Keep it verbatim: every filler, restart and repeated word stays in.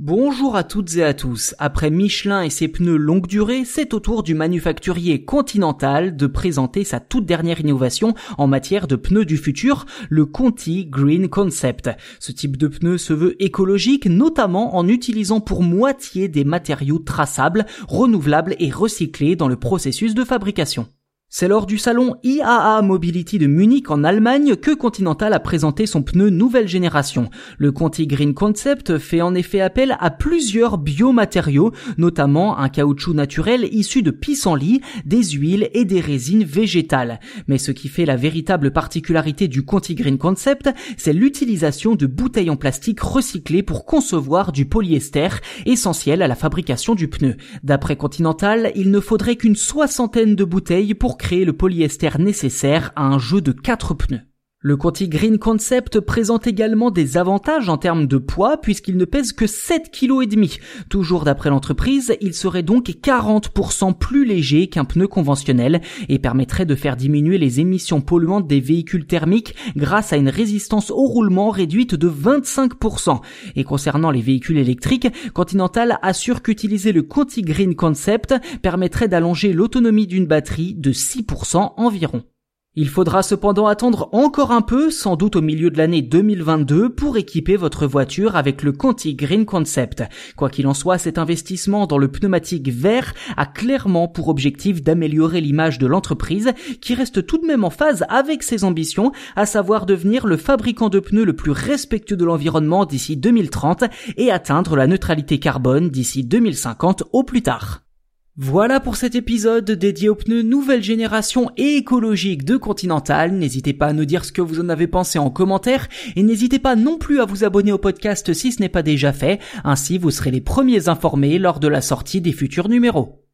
Bonjour à toutes et à tous. Après Michelin et ses pneus longue durée, c'est au tour du manufacturier Continental de présenter sa toute dernière innovation en matière de pneus du futur, le Conti Green Concept. Ce type de pneu se veut écologique, notamment en utilisant pour moitié des matériaux traçables, renouvelables et recyclés dans le processus de fabrication. C'est lors du salon I A A Mobility de Munich en Allemagne que Continental a présenté son pneu nouvelle génération. Le Conti Green Concept fait en effet appel à plusieurs biomatériaux, notamment un caoutchouc naturel issu de pissenlit, des huiles et des résines végétales. Mais ce qui fait la véritable particularité du Conti Green Concept, c'est l'utilisation de bouteilles en plastique recyclées pour concevoir du polyester, essentiel à la fabrication du pneu. D'après Continental, il ne faudrait qu'une soixantaine de bouteilles pour créer le polyester nécessaire à un jeu de quatre pneus. Le Conti Green Concept présente également des avantages en termes de poids puisqu'il ne pèse que sept virgule cinq kilos. Toujours d'après l'entreprise, il serait donc quarante pour cent plus léger qu'un pneu conventionnel et permettrait de faire diminuer les émissions polluantes des véhicules thermiques grâce à une résistance au roulement réduite de vingt-cinq pour cent. Et concernant les véhicules électriques, Continental assure qu'utiliser le Conti Green Concept permettrait d'allonger l'autonomie d'une batterie de six pour cent environ. Il faudra cependant attendre encore un peu, sans doute au milieu de l'année deux mille vingt-deux, pour équiper votre voiture avec le Conti Green Concept. Quoi qu'il en soit, cet investissement dans le pneumatique vert a clairement pour objectif d'améliorer l'image de l'entreprise, qui reste tout de même en phase avec ses ambitions, à savoir devenir le fabricant de pneus le plus respectueux de l'environnement d'ici deux mille trente et atteindre la neutralité carbone d'ici deux mille cinquante au plus tard. Voilà pour cet épisode dédié aux pneus nouvelle génération et écologique de Continental. N'hésitez pas à nous dire ce que vous en avez pensé en commentaire et n'hésitez pas non plus à vous abonner au podcast si ce n'est pas déjà fait. Ainsi, vous serez les premiers informés lors de la sortie des futurs numéros.